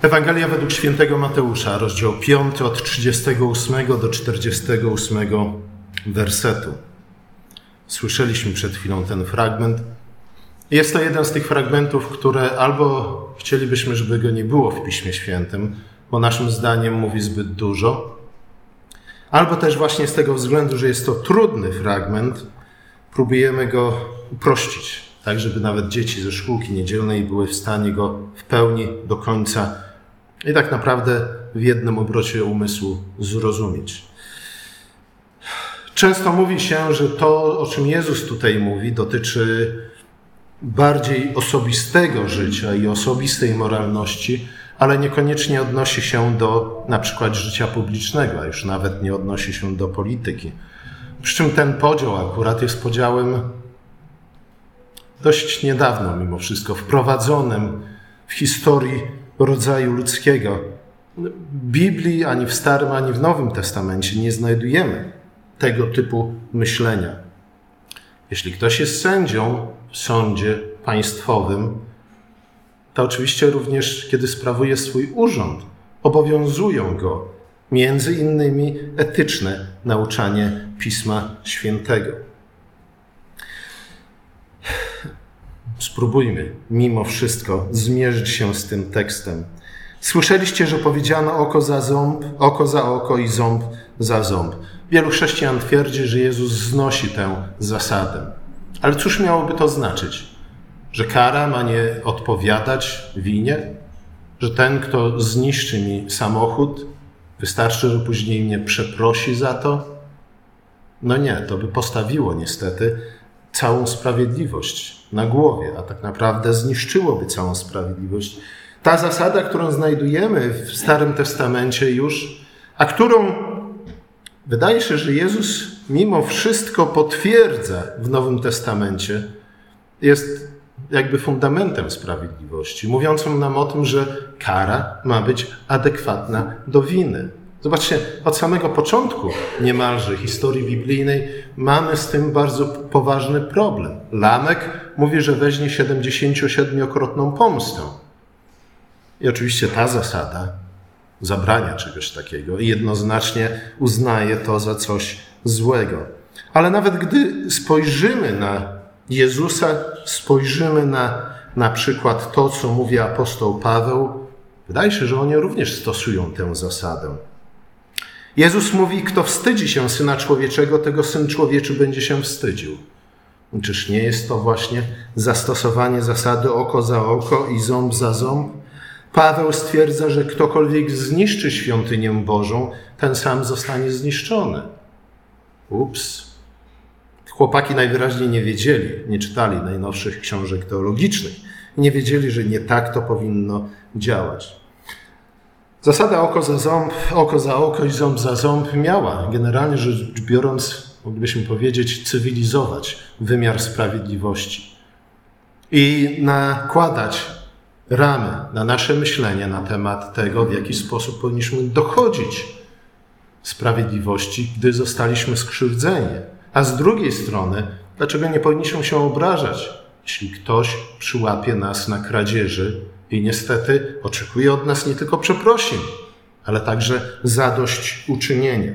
Ewangelia według świętego Mateusza, rozdział 5 od 38 do 48 wersetu. Słyszeliśmy przed chwilą ten fragment. Jest to jeden z tych fragmentów, które albo chcielibyśmy, żeby go nie było w Piśmie Świętym, bo naszym zdaniem mówi zbyt dużo, albo też właśnie z tego względu, że jest to trudny fragment, próbujemy go uprościć, tak żeby nawet dzieci ze szkółki niedzielnej były w stanie go w pełni do końca i tak naprawdę w jednym obrocie umysłu zrozumieć. Często mówi się, że to, o czym Jezus tutaj mówi, dotyczy bardziej osobistego życia i osobistej moralności, ale niekoniecznie odnosi się do na przykład życia publicznego, a już nawet nie odnosi się do polityki. Przy czym ten podział akurat jest podziałem dość niedawno mimo wszystko wprowadzonym w historii rodzaju ludzkiego. W Biblii ani w Starym, ani w Nowym Testamencie nie znajdujemy tego typu myślenia. Jeśli ktoś jest sędzią w sądzie państwowym, to oczywiście również, kiedy sprawuje swój urząd, obowiązują go między innymi etyczne nauczanie Pisma Świętego. Spróbujmy mimo wszystko zmierzyć się z tym tekstem. Słyszeliście, że powiedziano oko za oko i ząb za ząb. Wielu chrześcijan twierdzi, że Jezus znosi tę zasadę. Ale cóż miałoby to znaczyć? Że kara ma nie odpowiadać winie? Że ten, kto zniszczy mi samochód, wystarczy, że później mnie przeprosi za to? No nie, to by postawiło niestety całą sprawiedliwość na głowie, a tak naprawdę zniszczyłoby całą sprawiedliwość. Ta zasada, którą znajdujemy w Starym Testamencie już, a którą wydaje się, że Jezus mimo wszystko potwierdza w Nowym Testamencie, jest jakby fundamentem sprawiedliwości, mówiącym nam o tym, że kara ma być adekwatna do winy. Zobaczcie, od samego początku niemalże historii biblijnej mamy z tym bardzo poważny problem. Lamek mówi, że weźmie 77-krotną pomstę. I oczywiście ta zasada zabrania czegoś takiego i jednoznacznie uznaje to za coś złego. Ale nawet gdy spojrzymy na Jezusa, spojrzymy na przykład to, co mówi apostoł Paweł, wydaje się, że oni również stosują tę zasadę. Jezus mówi, kto wstydzi się Syna Człowieczego, tego Syn Człowieczy będzie się wstydził. Czyż nie jest to właśnie zastosowanie zasady oko za oko i ząb za ząb? Paweł stwierdza, że ktokolwiek zniszczy świątynię Bożą, ten sam zostanie zniszczony. Ups. Chłopaki najwyraźniej nie wiedzieli, nie czytali najnowszych książek teologicznych. Nie wiedzieli, że nie tak to powinno działać. Zasada oko za oko i ząb za ząb miała, generalnie rzecz biorąc, moglibyśmy powiedzieć, cywilizować wymiar sprawiedliwości i nakładać ramy na nasze myślenie na temat tego, w jaki sposób powinniśmy dochodzić sprawiedliwości, gdy zostaliśmy skrzywdzeni. A z drugiej strony, dlaczego nie powinniśmy się obrażać, jeśli ktoś przyłapie nas na kradzieży i niestety oczekuje od nas nie tylko przeprosin, ale także zadośćuczynienia.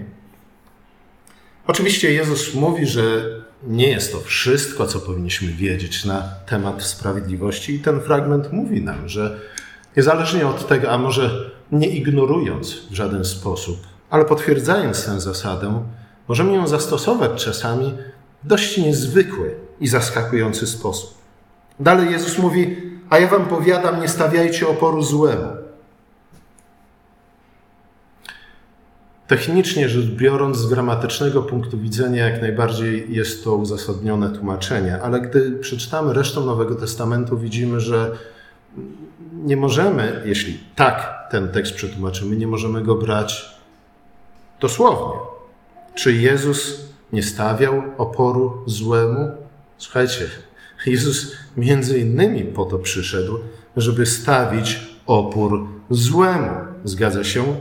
Oczywiście Jezus mówi, że nie jest to wszystko, co powinniśmy wiedzieć na temat sprawiedliwości i ten fragment mówi nam, że niezależnie od tego, a może nie ignorując w żaden sposób, ale potwierdzając tę zasadę, możemy ją zastosować czasami w dość niezwykły i zaskakujący sposób. Dalej Jezus mówi, a ja wam powiadam, nie stawiajcie oporu złemu. Technicznie rzecz biorąc, z gramatycznego punktu widzenia jak najbardziej jest to uzasadnione tłumaczenie, ale gdy przeczytamy resztę Nowego Testamentu, widzimy, że nie możemy, jeśli tak ten tekst przetłumaczymy, nie możemy go brać dosłownie. Czy Jezus nie stawiał oporu złemu? Słuchajcie, Jezus między innymi po to przyszedł, żeby stawić opór złemu. Zgadza się?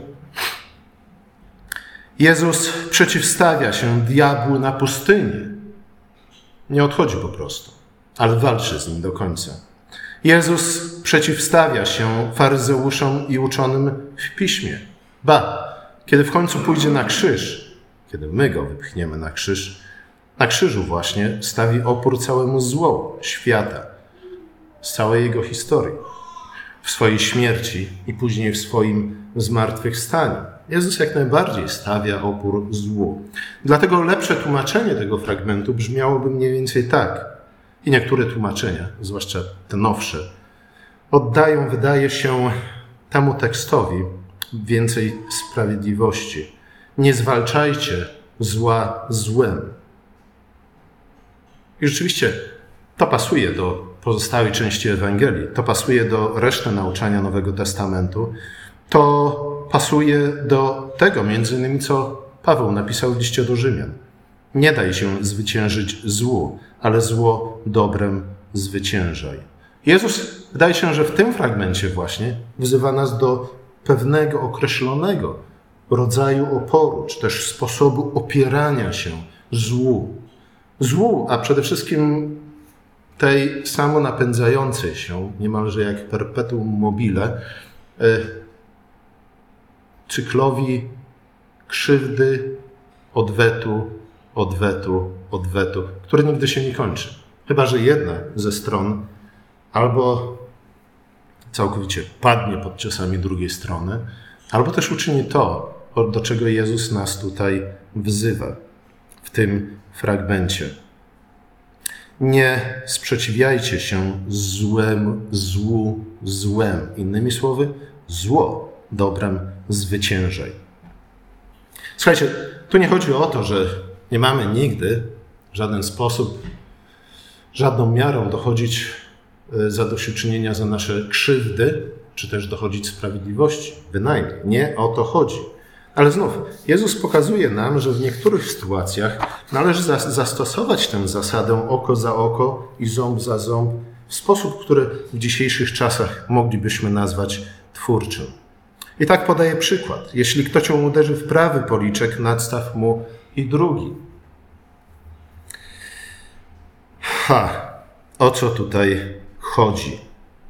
Jezus przeciwstawia się diabłu na pustyni. Nie odchodzi po prostu, ale walczy z nim do końca. Jezus przeciwstawia się faryzeuszom i uczonym w piśmie. Kiedy w końcu pójdzie na krzyż, kiedy my go wypchniemy na krzyżu właśnie stawi opór całemu złu świata, z całej jego historii, w swojej śmierci i później w swoim zmartwychwstaniu. Jezus jak najbardziej stawia opór złu. Dlatego lepsze tłumaczenie tego fragmentu brzmiałoby mniej więcej tak. I niektóre tłumaczenia, zwłaszcza te nowsze, oddają, wydaje się, temu tekstowi więcej sprawiedliwości. Nie zwalczajcie zła złem. I rzeczywiście to pasuje do pozostałej części Ewangelii, to pasuje do reszty nauczania Nowego Testamentu, to pasuje do tego, między innymi, co Paweł napisał w liście do Rzymian. Nie daj się zwyciężyć złu, ale zło dobrem zwyciężaj. Jezus, wydaje się, że w tym fragmencie właśnie wzywa nas do pewnego określonego rodzaju oporu, czy też sposobu opierania się złu. Złu, a przede wszystkim tej samonapędzającej się, niemalże jak perpetuum mobile, cyklowi krzywdy, odwetu, który nigdy się nie kończy. Chyba że jedna ze stron albo całkowicie padnie pod ciosami drugiej strony, albo też uczyni to, do czego Jezus nas tutaj wzywa w tym fragmencie. Nie sprzeciwiajcie się złu złem. Innymi słowy, zło dobrem zwyciężaj. Słuchajcie, tu nie chodzi o to, że nie mamy nigdy w żaden sposób, żadną miarą dochodzić zadośćuczynienia za nasze krzywdy, czy też dochodzić sprawiedliwości. Bynajmniej. Nie o to chodzi. Ale znów, Jezus pokazuje nam, że w niektórych sytuacjach należy zastosować tę zasadę oko za oko i ząb za ząb w sposób, który w dzisiejszych czasach moglibyśmy nazwać twórczym. I tak podaję przykład. Jeśli kto cię uderzy w prawy policzek, nadstaw mu i drugi. O co tutaj chodzi?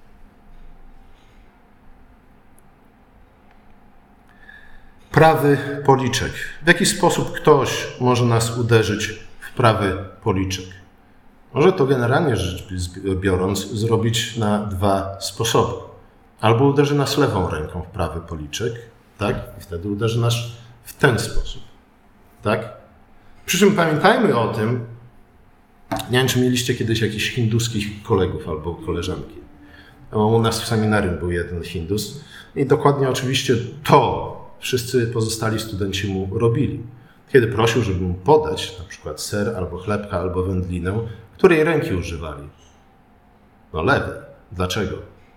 Prawy policzek. W jaki sposób ktoś może nas uderzyć w prawy policzek? Może to generalnie rzecz biorąc zrobić na dwa sposoby. Albo uderzy nas lewą ręką w prawy policzek, tak? I wtedy uderzy nas w ten sposób, tak? Przy czym pamiętajmy o tym, nie wiem, czy mieliście kiedyś jakichś hinduskich kolegów albo koleżanki. U nas w seminarium był jeden Hindus i dokładnie oczywiście to wszyscy pozostali studenci mu robili. Kiedy prosił, żeby mu podać na przykład ser, albo chlebka, albo wędlinę, której ręki używali? No lewej. Dlaczego?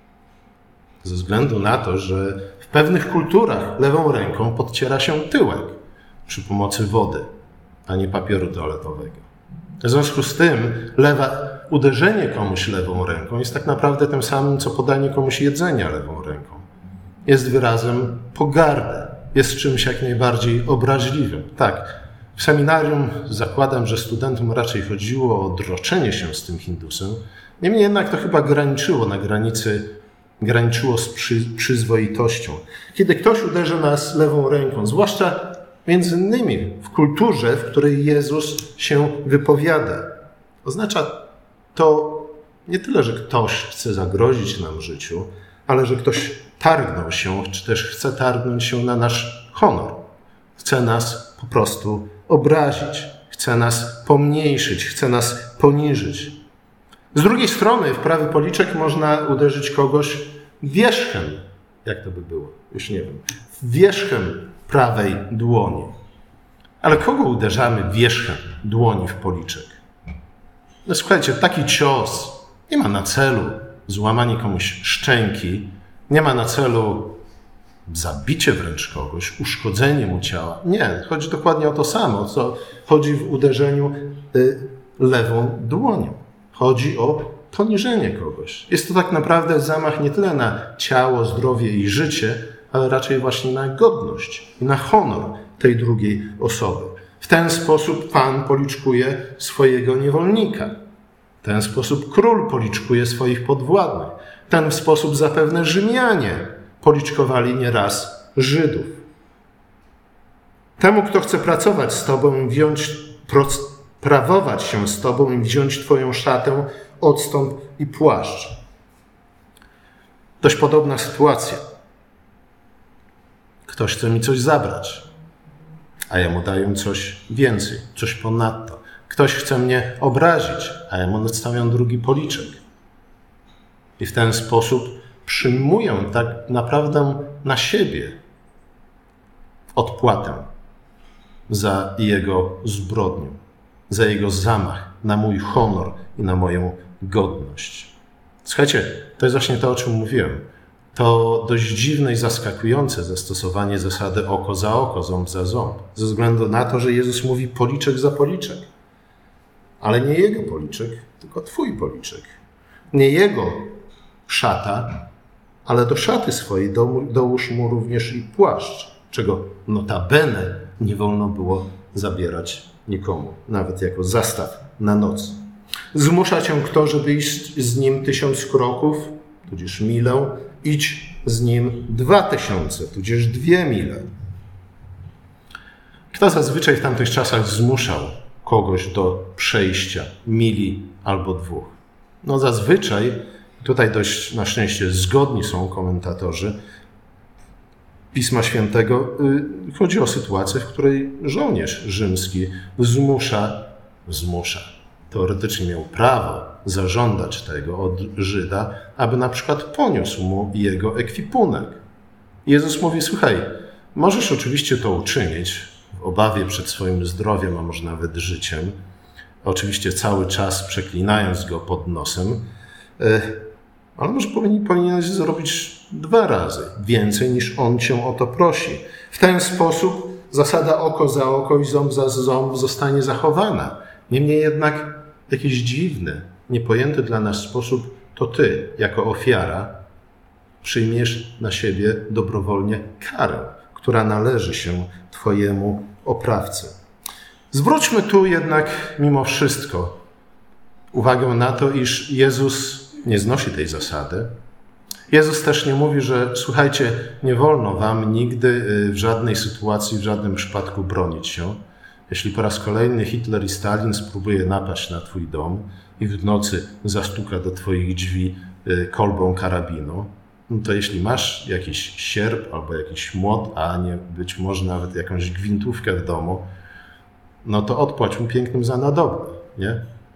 Ze względu na to, że w pewnych kulturach lewą ręką podciera się tyłek przy pomocy wody, a nie papieru toaletowego. W związku z tym uderzenie komuś lewą ręką jest tak naprawdę tym samym, co podanie komuś jedzenia lewą ręką. Jest wyrazem pogardy, jest czymś jak najbardziej obraźliwym. Tak, w seminarium zakładam, że studentom raczej chodziło o odroczenie się z tym Hindusem. Niemniej jednak to chyba graniczyło z przyzwoitością. Kiedy ktoś uderzy nas lewą ręką, zwłaszcza między innymi w kulturze, w której Jezus się wypowiada, oznacza to nie tyle, że ktoś chce zagrozić nam życiu, ale że ktoś targnął się, czy też chce targnąć się na nasz honor. Chce nas po prostu obrazić, chce nas pomniejszyć, chce nas poniżyć. Z drugiej strony w prawy policzek można uderzyć kogoś wierzchem. Jak to by było? Już nie wiem. Wierzchem prawej dłoni. Ale kogo uderzamy wierzchem dłoni w policzek? No słuchajcie, taki cios nie ma na celu złamanie komuś szczęki, nie ma na celu zabicie wręcz kogoś, uszkodzenie mu ciała. Nie, chodzi dokładnie o to samo, co chodzi w uderzeniu lewą dłonią. Chodzi o poniżenie kogoś. Jest to tak naprawdę zamach nie tyle na ciało, zdrowie i życie, ale raczej właśnie na godność i na honor tej drugiej osoby. W ten sposób Pan policzkuje swojego niewolnika. W ten sposób król policzkuje swoich podwładnych. W ten sposób zapewne Rzymianie policzkowali nieraz Żydów. Temu, kto chce pracować z tobą, prawować się z tobą i wziąć twoją szatę, odstąp i płaszcz. Dość podobna sytuacja. Ktoś chce mi coś zabrać, a ja mu daję coś więcej, coś ponadto. Ktoś chce mnie obrazić, a ja mu nadstawiam drugi policzek. I w ten sposób przyjmuję tak naprawdę na siebie odpłatę za jego zbrodnię, za jego zamach na mój honor i na moją godność. Słuchajcie, to jest właśnie to, o czym mówiłem. To dość dziwne i zaskakujące zastosowanie zasady oko za oko, ząb za ząb, ze względu na to, że Jezus mówi policzek za policzek. Ale nie jego policzek, tylko twój policzek. Nie jego szata, ale do szaty swojej dołóż mu również i płaszcz, czego notabene nie wolno było zabierać nikomu, nawet jako zastaw na noc. Zmusza cię kto, żeby iść z nim 1000 kroków, tudzież milę, idź z nim 2000, tudzież 2 mile. Kto zazwyczaj w tamtych czasach zmuszał kogoś do przejścia mili albo 2? No zazwyczaj, tutaj dość na szczęście zgodni są komentatorzy Pisma Świętego, chodzi o sytuację, w której żołnierz rzymski zmusza. Teoretycznie miał prawo zażądać tego od Żyda, aby na przykład poniósł mu jego ekwipunek. Jezus mówi, słuchaj, możesz oczywiście to uczynić w obawie przed swoim zdrowiem, a może nawet życiem, oczywiście cały czas przeklinając go pod nosem, ale może powinieneś zrobić 2 razy więcej, niż on cię o to prosi. W ten sposób zasada oko za oko i ząb za ząb zostanie zachowana. Niemniej jednak jakiś dziwny, niepojęty dla nas sposób to ty, jako ofiara, przyjmiesz na siebie dobrowolnie karę, która należy się twojemu oprawcy. Zwróćmy tu jednak mimo wszystko uwagę na to, iż Jezus nie znosi tej zasady. Jezus też nie mówi, że słuchajcie, nie wolno wam nigdy w żadnej sytuacji, w żadnym przypadku bronić się. Jeśli po raz kolejny Hitler i Stalin spróbuje napaść na twój dom i w nocy zastuka do twoich drzwi kolbą karabinu, no to jeśli masz jakiś sierp albo jakiś młot, a nie być może nawet jakąś gwintówkę w domu, no to odpłać mu pięknym za nadobne, nie?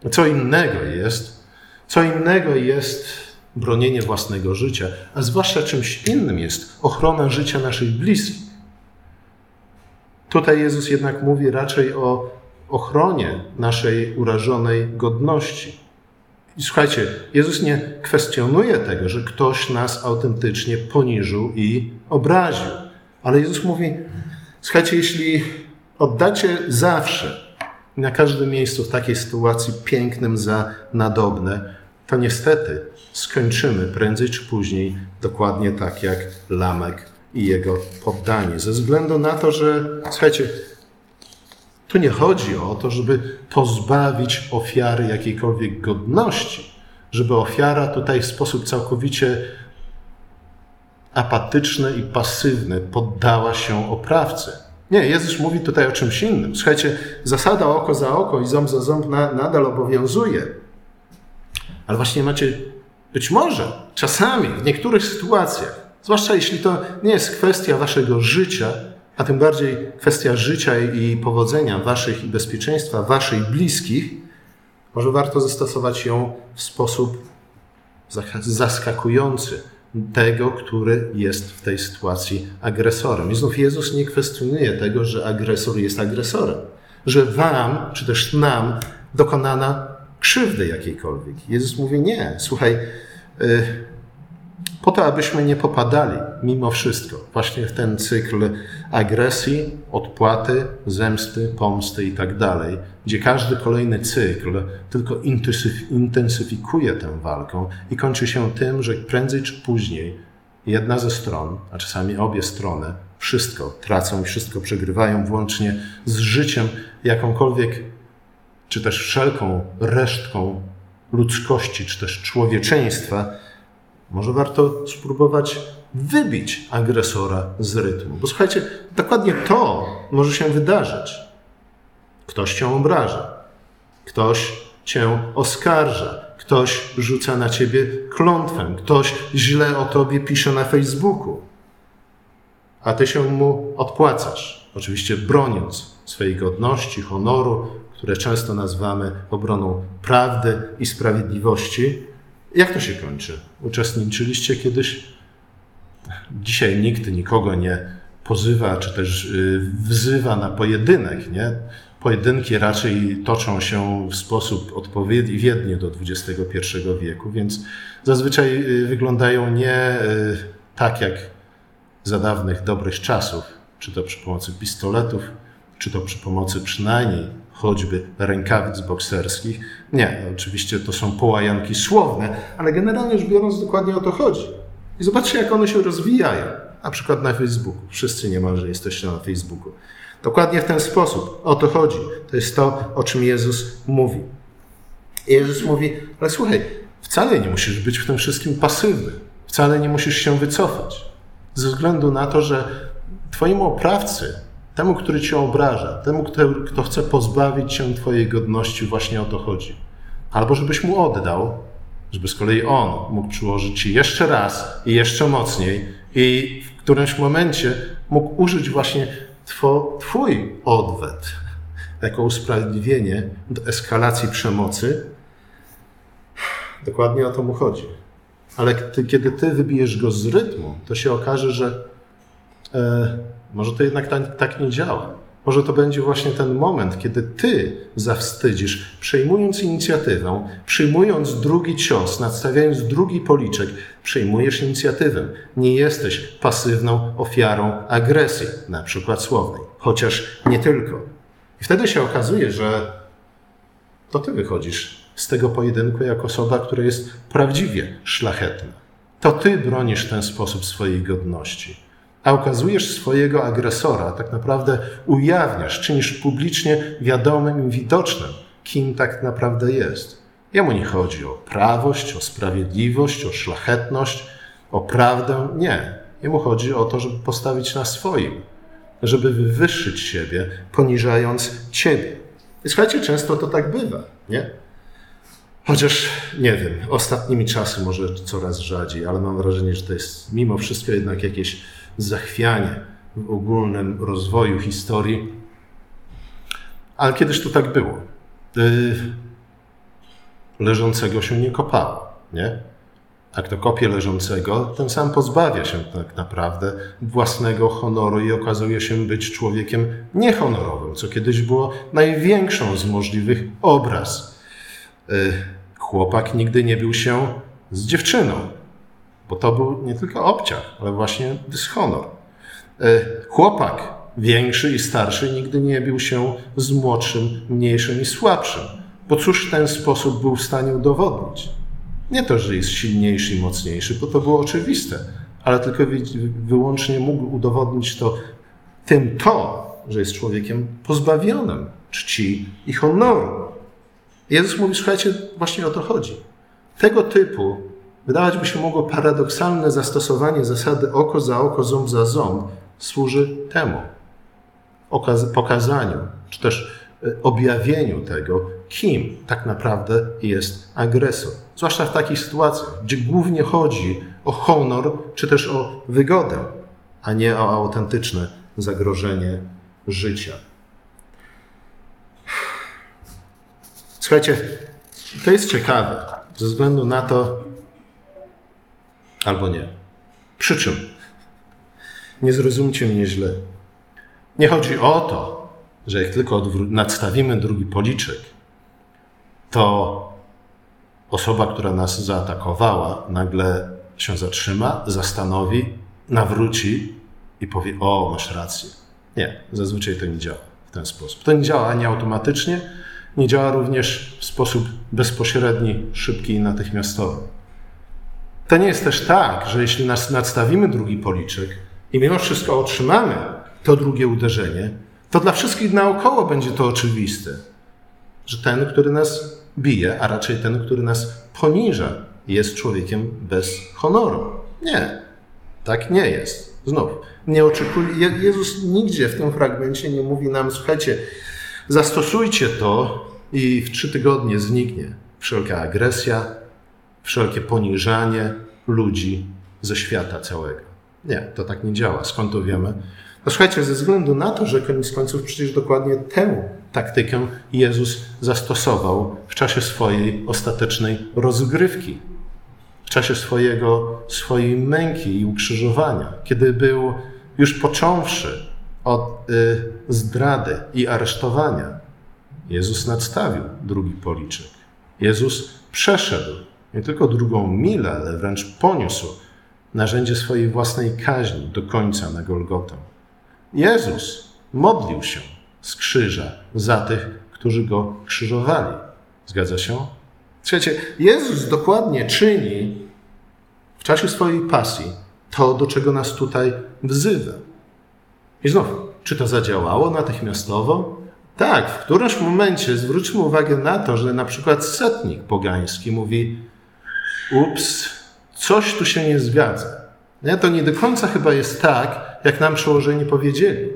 Co innego jest bronienie własnego życia, a zwłaszcza czymś innym jest ochrona życia naszych bliskich. Tutaj Jezus jednak mówi raczej o ochronie naszej urażonej godności. I słuchajcie, Jezus nie kwestionuje tego, że ktoś nas autentycznie poniżył i obraził. Ale Jezus mówi, słuchajcie, jeśli oddacie zawsze, na każdym miejscu w takiej sytuacji pięknym za nadobne, to niestety skończymy prędzej czy później dokładnie tak jak Lamek i jego poddani. Ze względu na to, że, słuchajcie, tu nie chodzi o to, żeby pozbawić ofiary jakiejkolwiek godności, żeby ofiara tutaj w sposób całkowicie apatyczny i pasywny poddała się oprawcy. Nie, Jezus mówi tutaj o czymś innym. Słuchajcie, zasada oko za oko i ząb za ząb nadal obowiązuje. Ale właśnie macie, być może, czasami, w niektórych sytuacjach, zwłaszcza jeśli to nie jest kwestia waszego życia, a tym bardziej kwestia życia i powodzenia waszych i bezpieczeństwa waszych bliskich, może warto zastosować ją w sposób zaskakujący tego, który jest w tej sytuacji agresorem. I znów Jezus nie kwestionuje tego, że agresor jest agresorem, że wam, czy też nam dokonana krzywdy jakiejkolwiek. Jezus mówi nie, słuchaj, po to, abyśmy nie popadali mimo wszystko właśnie w ten cykl agresji, odpłaty, zemsty, pomsty i tak dalej, gdzie każdy kolejny cykl tylko intensyfikuje tę walkę i kończy się tym, że prędzej czy później jedna ze stron, a czasami obie strony, wszystko tracą i wszystko przegrywają, włącznie z życiem jakąkolwiek, czy też wszelką resztką ludzkości, czy też człowieczeństwa, Może warto spróbować wybić agresora z rytmu. Bo słuchajcie, dokładnie to może się wydarzyć. Ktoś cię obraża, ktoś cię oskarża, ktoś rzuca na ciebie klątwę, ktoś źle o tobie pisze na Facebooku, a ty się mu odpłacasz. Oczywiście broniąc swojej godności, honoru, które często nazywamy obroną prawdy i sprawiedliwości. Jak to się kończy? Uczestniczyliście kiedyś? Dzisiaj nikt nikogo nie pozywa, czy też wzywa na pojedynek, nie? Pojedynki raczej toczą się w sposób odpowiedni do XXI wieku, więc zazwyczaj wyglądają nie tak jak za dawnych dobrych czasów, czy to przy pomocy pistoletów, czy to przy pomocy przynajmniej choćby rękawic bokserskich. Nie, oczywiście to są połajanki słowne, ale generalnie rzecz biorąc dokładnie o to chodzi. I zobaczcie, jak one się rozwijają. Na przykład na Facebooku. Wszyscy niemalże jesteście na Facebooku. Dokładnie w ten sposób. O to chodzi. To jest to, o czym Jezus mówi. I Jezus mówi, ale słuchaj, wcale nie musisz być w tym wszystkim pasywny. Wcale nie musisz się wycofać. Ze względu na to, że twojemu oprawcy, temu, który cię obraża, temu, kto chce pozbawić cię twojej godności, właśnie o to chodzi. Albo żebyś mu oddał, żeby z kolei on mógł przyłożyć ci jeszcze raz i jeszcze mocniej i w którymś momencie mógł użyć właśnie twój odwet jako usprawiedliwienie do eskalacji przemocy. Dokładnie o to mu chodzi. Ale kiedy ty wybijesz go z rytmu, to się okaże, że może to jednak tak nie działa. Może to będzie właśnie ten moment, kiedy ty zawstydzisz, przejmując inicjatywę, przyjmując drugi cios, nadstawiając drugi policzek, przejmujesz inicjatywę. Nie jesteś pasywną ofiarą agresji, na przykład słownej, chociaż nie tylko. I wtedy się okazuje, że to ty wychodzisz z tego pojedynku jako osoba, która jest prawdziwie szlachetna. To ty bronisz w ten sposób swojej godności. A ukazujesz swojego agresora, tak naprawdę ujawniasz, czynisz publicznie wiadomym i widocznym, kim tak naprawdę jest. Jemu nie chodzi o prawość, o sprawiedliwość, o szlachetność, o prawdę. Nie. Jemu chodzi o to, żeby postawić na swoim, żeby wywyższyć siebie, poniżając ciebie. I słuchajcie, często to tak bywa, nie? Chociaż, nie wiem, ostatnimi czasy może coraz rzadziej, ale mam wrażenie, że to jest mimo wszystko jednak jakieś zachwianie w ogólnym rozwoju historii. Ale kiedyś to tak było. Leżącego się nie kopało, nie? A kto kopie leżącego, ten sam pozbawia się tak naprawdę własnego honoru i okazuje się być człowiekiem niehonorowym, co kiedyś było największą z możliwych obraz. Chłopak nigdy nie bił się z dziewczyną, bo to był nie tylko obciach, ale właśnie dyshonor. Chłopak większy i starszy nigdy nie bił się z młodszym, mniejszym i słabszym, bo cóż w ten sposób był w stanie udowodnić? Nie to, że jest silniejszy i mocniejszy, bo to było oczywiste, ale tylko wyłącznie mógł udowodnić to tym że jest człowiekiem pozbawionym czci i honoru. Jezus mówi, słuchajcie, właśnie o to chodzi. Tego typu, wydawać by się mogło paradoksalne zastosowanie zasady oko za oko, ząb za ząb, służy temu. Pokazaniu, czy też objawieniu tego, kim tak naprawdę jest agresor. Zwłaszcza w takich sytuacjach, gdzie głównie chodzi o honor, czy też o wygodę, a nie o autentyczne zagrożenie życia. Słuchajcie, to jest ciekawe, ze względu na to, albo nie. Przy czym? Nie zrozumcie mnie źle. Nie chodzi o to, że jak tylko nadstawimy drugi policzek, to osoba, która nas zaatakowała, nagle się zatrzyma, zastanowi, nawróci i powie, o, masz rację. Nie, zazwyczaj to nie działa w ten sposób. To nie działa ani automatycznie, nie działa również w sposób bezpośredni, szybki i natychmiastowy. To nie jest też tak, że jeśli nas nadstawimy drugi policzek i mimo wszystko otrzymamy to drugie uderzenie, to dla wszystkich naokoło będzie to oczywiste, że ten, który nas bije, a raczej ten, który nas poniża, jest człowiekiem bez honoru. Nie, tak nie jest. Znów, nie oczekuje, Jezus nigdzie w tym fragmencie nie mówi nam, słuchajcie, zastosujcie to i w 3 tygodnie zniknie wszelka agresja, wszelkie poniżanie ludzi ze świata całego. Nie, to tak nie działa. Skąd to wiemy? No słuchajcie, ze względu na to, że koniec końców przecież dokładnie tę taktykę Jezus zastosował w czasie swojej ostatecznej rozgrywki, w czasie swojej męki i ukrzyżowania, kiedy był już począwszy od zdrady i aresztowania, Jezus nadstawił drugi policzek. Jezus przeszedł nie tylko drugą milę, ale wręcz poniósł narzędzie swojej własnej kaźni do końca na Golgotę. Jezus modlił się z krzyża za tych, którzy go krzyżowali. Zgadza się? Słuchajcie, Jezus dokładnie czyni w czasie swojej pasji to, do czego nas tutaj wzywa. I znów, czy to zadziałało natychmiastowo? Tak, w którymś momencie zwróćmy uwagę na to, że na przykład setnik pogański mówi: ups, coś tu się nie zgadza. Nie? To nie do końca chyba jest tak, jak nam przełożeni powiedzieli.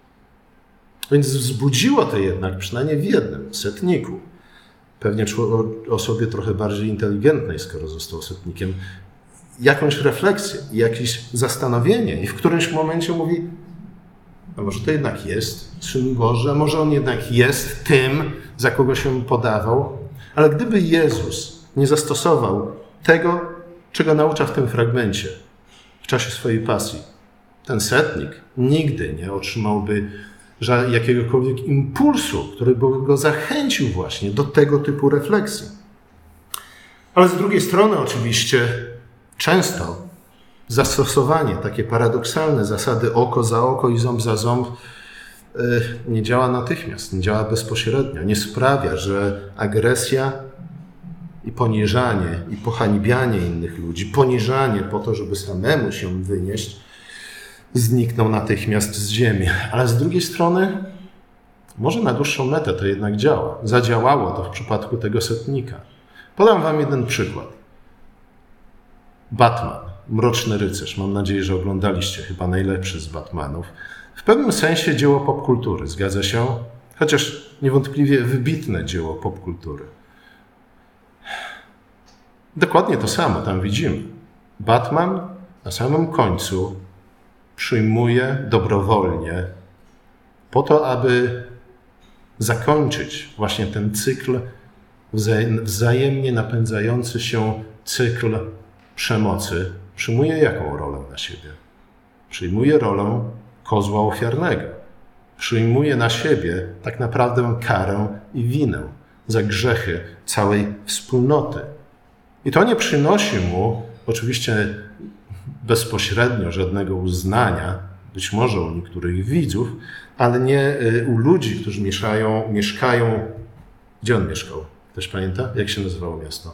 Więc wzbudziło to jednak, przynajmniej w jednym setniku, pewnie osobie trochę bardziej inteligentnej, skoro został setnikiem, jakąś refleksję, jakieś zastanowienie. I w którymś momencie mówi: a może to jednak jest Syn Boży, a może On jednak jest tym, za kogo się podawał. Ale gdyby Jezus nie zastosował tego, czego naucza w tym fragmencie, w czasie swojej pasji, ten setnik nigdy nie otrzymałby jakiegokolwiek impulsu, który by go zachęcił właśnie do tego typu refleksji. Ale z drugiej strony oczywiście często zastosowanie, takie paradoksalne zasady oko za oko i ząb za ząb nie działa natychmiast, nie działa bezpośrednio, nie sprawia, że agresja i poniżanie i pohańbianie innych ludzi, poniżanie po to, żeby samemu się wynieść, znikną natychmiast z ziemi. Ale z drugiej strony może na dłuższą metę to jednak działa. Zadziałało to w przypadku tego setnika. Podam wam jeden przykład. Batman, Mroczny Rycerz. Mam nadzieję, że oglądaliście, chyba najlepszy z Batmanów. W pewnym sensie dzieło popkultury, zgadza się? Chociaż niewątpliwie wybitne dzieło popkultury. Dokładnie to samo tam widzimy. Batman na samym końcu przyjmuje dobrowolnie po to, aby zakończyć właśnie ten cykl, wzajemnie napędzający się cykl przemocy. Przyjmuje jaką rolę na siebie? Przyjmuje rolę kozła ofiarnego. Przyjmuje na siebie tak naprawdę karę i winę za grzechy całej wspólnoty. I to nie przynosi mu oczywiście bezpośrednio żadnego uznania, być może u niektórych widzów, ale nie u ludzi, którzy mieszkają. Gdzie on mieszkał? Ktoś pamięta? Jak się nazywało miasto?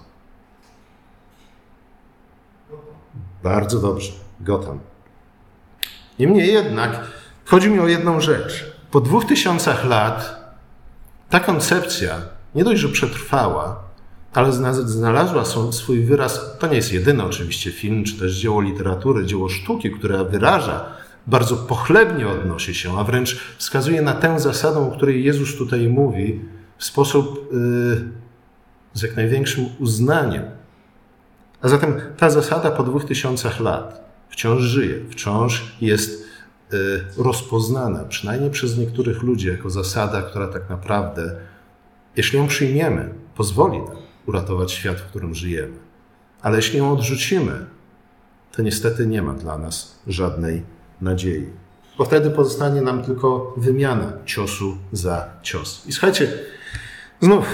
Bardzo dobrze. Gotham. Niemniej jednak chodzi mi o jedną rzecz. Po 2000 lat ta koncepcja nie dość, że przetrwała, ale znalazła swój wyraz. To nie jest jedyny oczywiście film, czy też dzieło literatury, dzieło sztuki, które wyraża, bardzo pochlebnie odnosi się, a wręcz wskazuje na tę zasadę, o której Jezus tutaj mówi, w sposób z jak największym uznaniem. A zatem ta zasada po 2000 lat wciąż żyje, wciąż jest rozpoznana, przynajmniej przez niektórych ludzi, jako zasada, która tak naprawdę, jeśli ją przyjmiemy, pozwoli nam uratować świat, w którym żyjemy. Ale jeśli ją odrzucimy, to niestety nie ma dla nas żadnej nadziei. Bo wtedy pozostanie nam tylko wymiana ciosu za cios. I słuchajcie, znów,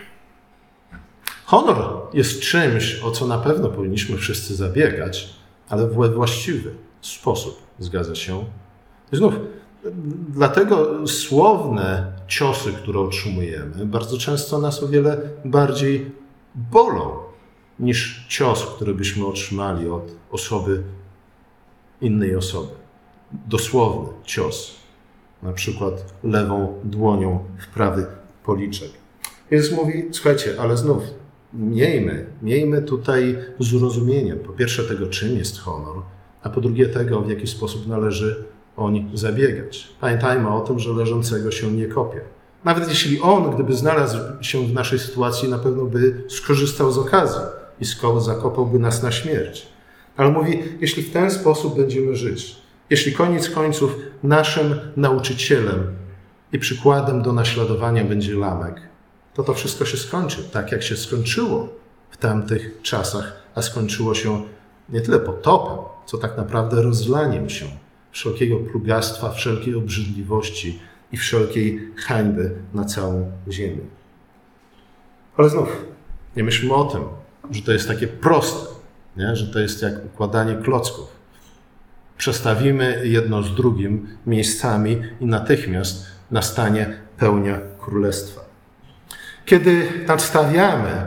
honor jest czymś, o co na pewno powinniśmy wszyscy zabiegać, ale we właściwy sposób, zgadza się. I znów, dlatego słowne ciosy, które otrzymujemy, bardzo często nas o wiele bardziej bolą niż cios, który byśmy otrzymali od innej osoby. Dosłowny cios, na przykład lewą dłonią w prawy policzek. Jezus mówi: słuchajcie, ale znów, miejmy tutaj zrozumienie, po pierwsze tego, czym jest honor, a po drugie tego, w jaki sposób należy oń zabiegać. Pamiętajmy o tym, że leżącego się nie kopie. Nawet jeśli on, gdyby znalazł się w naszej sytuacji, na pewno by skorzystał z okazji i zakopałby nas na śmierć. Ale mówi, jeśli w ten sposób będziemy żyć, jeśli koniec końców naszym nauczycielem i przykładem do naśladowania będzie Lamek, to wszystko się skończy tak, jak się skończyło w tamtych czasach, a skończyło się nie tyle potopem, co tak naprawdę rozlaniem się wszelkiego plugastwa, wszelkiej obrzydliwości i wszelkiej hańby na całą ziemię. Ale znów, nie myślmy o tym, że to jest takie proste, nie? Że to jest jak układanie klocków. Przestawimy jedno z drugim miejscami i natychmiast nastanie pełnia królestwa. Kiedy nadstawiamy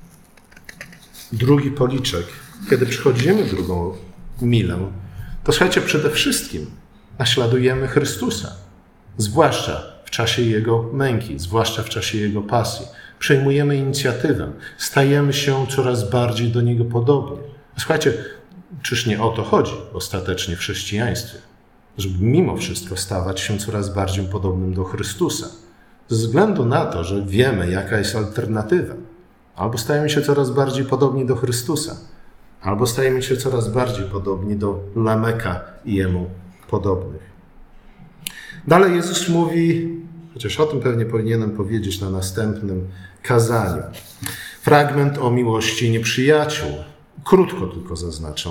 drugi policzek, kiedy przechodzimy drugą milę, to słuchajcie, przede wszystkim naśladujemy Chrystusa, zwłaszcza w czasie Jego męki, zwłaszcza w czasie Jego pasji. Przejmujemy inicjatywę, stajemy się coraz bardziej do Niego podobni. Słuchajcie, czyż nie o to chodzi ostatecznie w chrześcijaństwie? Żeby mimo wszystko stawać się coraz bardziej podobnym do Chrystusa. Ze względu na to, że wiemy, jaka jest alternatywa. Albo stajemy się coraz bardziej podobni do Chrystusa, albo stajemy się coraz bardziej podobni do Lameka i jemu podobnych. Dalej Jezus mówi, chociaż o tym pewnie powinienem powiedzieć na następnym kazaniu, fragment o miłości nieprzyjaciół. Krótko tylko zaznaczę.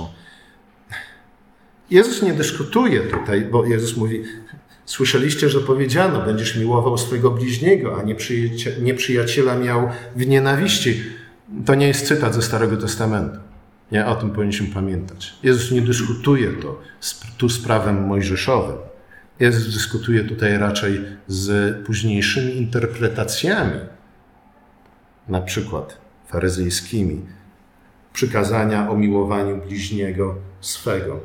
Jezus nie dyskutuje tutaj, bo Jezus mówi, słyszeliście, że powiedziano, będziesz miłował swojego bliźniego, a nieprzyjaciela miał w nienawiści. To nie jest cytat ze Starego Testamentu. Nie, o tym powinniśmy pamiętać. Jezus nie dyskutuje tu z prawem mojżeszowym. Jezus dyskutuje tutaj raczej z późniejszymi interpretacjami, na przykład faryzejskimi, przykazania o miłowaniu bliźniego swego.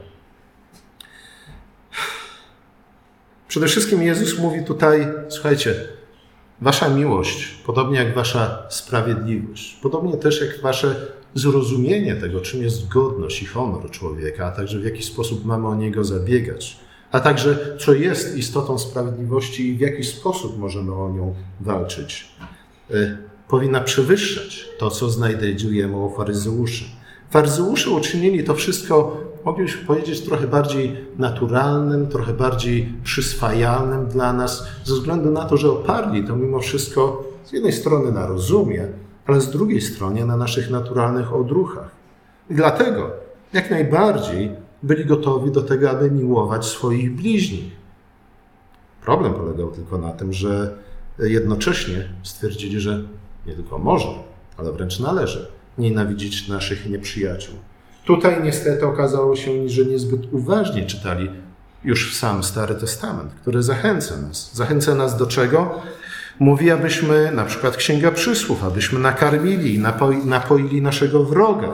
Przede wszystkim Jezus mówi tutaj, słuchajcie, wasza miłość, podobnie jak wasza sprawiedliwość, podobnie też jak wasze zrozumienie tego, czym jest godność i honor człowieka, a także w jaki sposób mamy o niego zabiegać, a także co jest istotą sprawiedliwości i w jaki sposób możemy o nią walczyć, powinna przewyższać to, co znajdujemy u faryzeuszy. Faryzeusze uczynili to wszystko, moglibyśmy powiedzieć, trochę bardziej naturalnym, trochę bardziej przyswajalnym dla nas, ze względu na to, że oparli to mimo wszystko z jednej strony na rozumie, ale z drugiej strony na naszych naturalnych odruchach. I dlatego jak najbardziej byli gotowi do tego, aby miłować swoich bliźnich. Problem polegał tylko na tym, że jednocześnie stwierdzili, że nie tylko można, ale wręcz należy nienawidzić naszych nieprzyjaciół. Tutaj niestety okazało się, że niezbyt uważnie czytali już sam Stary Testament, który zachęca nas. Zachęca nas do czego? Mówi, abyśmy, na przykład Księga Przysłów, abyśmy nakarmili i napoili naszego wroga.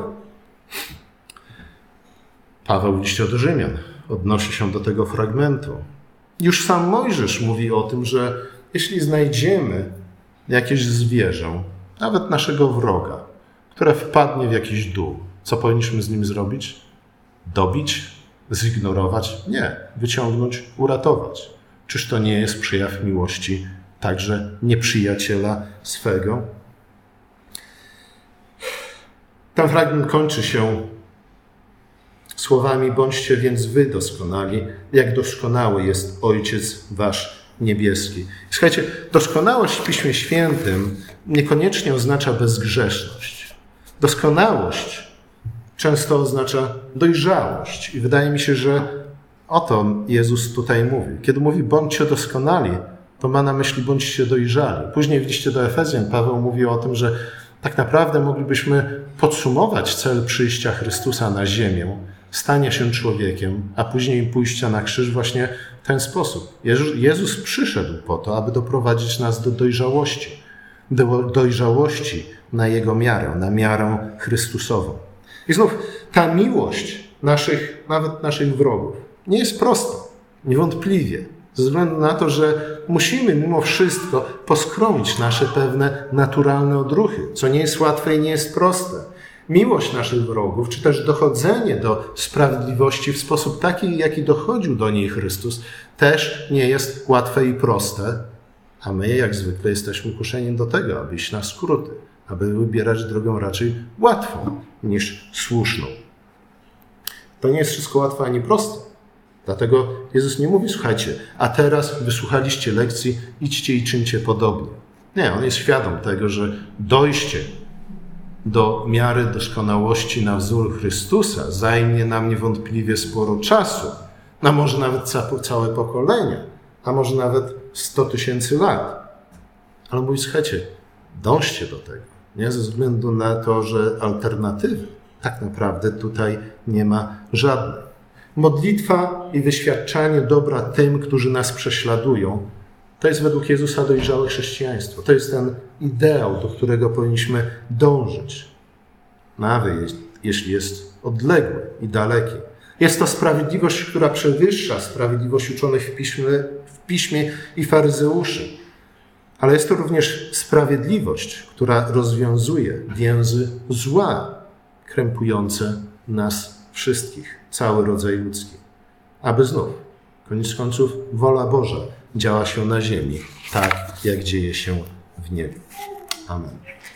Paweł w liście do Rzymian odnosi się do tego fragmentu. Już sam Mojżesz mówi o tym, że jeśli znajdziemy jakieś zwierzę, nawet naszego wroga, które wpadnie w jakiś dół, co powinniśmy z nim zrobić? Dobić? Zignorować? Nie. Wyciągnąć, uratować. Czyż to nie jest przejaw miłości także nieprzyjaciela swego? Ten fragment kończy się słowami: bądźcie więc wy doskonali, jak doskonały jest Ojciec wasz niebieski. Słuchajcie, doskonałość w Piśmie Świętym niekoniecznie oznacza bezgrzeszność. Doskonałość często oznacza dojrzałość. I wydaje mi się, że o to Jezus tutaj mówi. Kiedy mówi bądźcie doskonali, to ma na myśli bądźcie dojrzali. Później w liście do Efezjan Paweł mówi o tym, że tak naprawdę moglibyśmy podsumować cel przyjścia Chrystusa na ziemię, stania się człowiekiem, a później pójścia na krzyż właśnie w ten sposób. Jezus przyszedł po to, aby doprowadzić nas do dojrzałości na Jego miarę, na miarę Chrystusową. I znów ta miłość nawet naszych wrogów nie jest prosta, niewątpliwie. Ze względu na to, że musimy mimo wszystko poskromić nasze pewne naturalne odruchy, co nie jest łatwe i nie jest proste. Miłość naszych wrogów, czy też dochodzenie do sprawiedliwości w sposób taki, jaki dochodził do niej Chrystus, też nie jest łatwe i proste, a my jak zwykle jesteśmy kuszeni do tego, aby iść na skróty, aby wybierać drogę raczej łatwą niż słuszną. To nie jest wszystko łatwe ani proste. Dlatego Jezus nie mówi, słuchajcie, a teraz wysłuchaliście lekcji, idźcie i czyńcie podobnie. Nie, On jest świadom tego, że dojście do miary doskonałości na wzór Chrystusa zajmie nam niewątpliwie sporo czasu, a może nawet całe pokolenia, a może nawet 100 000 lat. Ale mówi, słuchajcie, dążcie do tego, nie ze względu na to, że alternatywy tak naprawdę tutaj nie ma żadnej. Modlitwa i wyświadczanie dobra tym, którzy nas prześladują, to jest według Jezusa dojrzałe chrześcijaństwo. To jest ten ideał, do którego powinniśmy dążyć, nawet jeśli jest odległy i daleki. Jest to sprawiedliwość, która przewyższa sprawiedliwość uczonych w piśmie i faryzeuszy. Ale jest to również sprawiedliwość, która rozwiązuje więzy zła, krępujące nas wszystkich, cały rodzaj ludzki. Aby znów, koniec końców, wola Boża działa się na ziemi, tak jak dzieje się w niebie. Amen.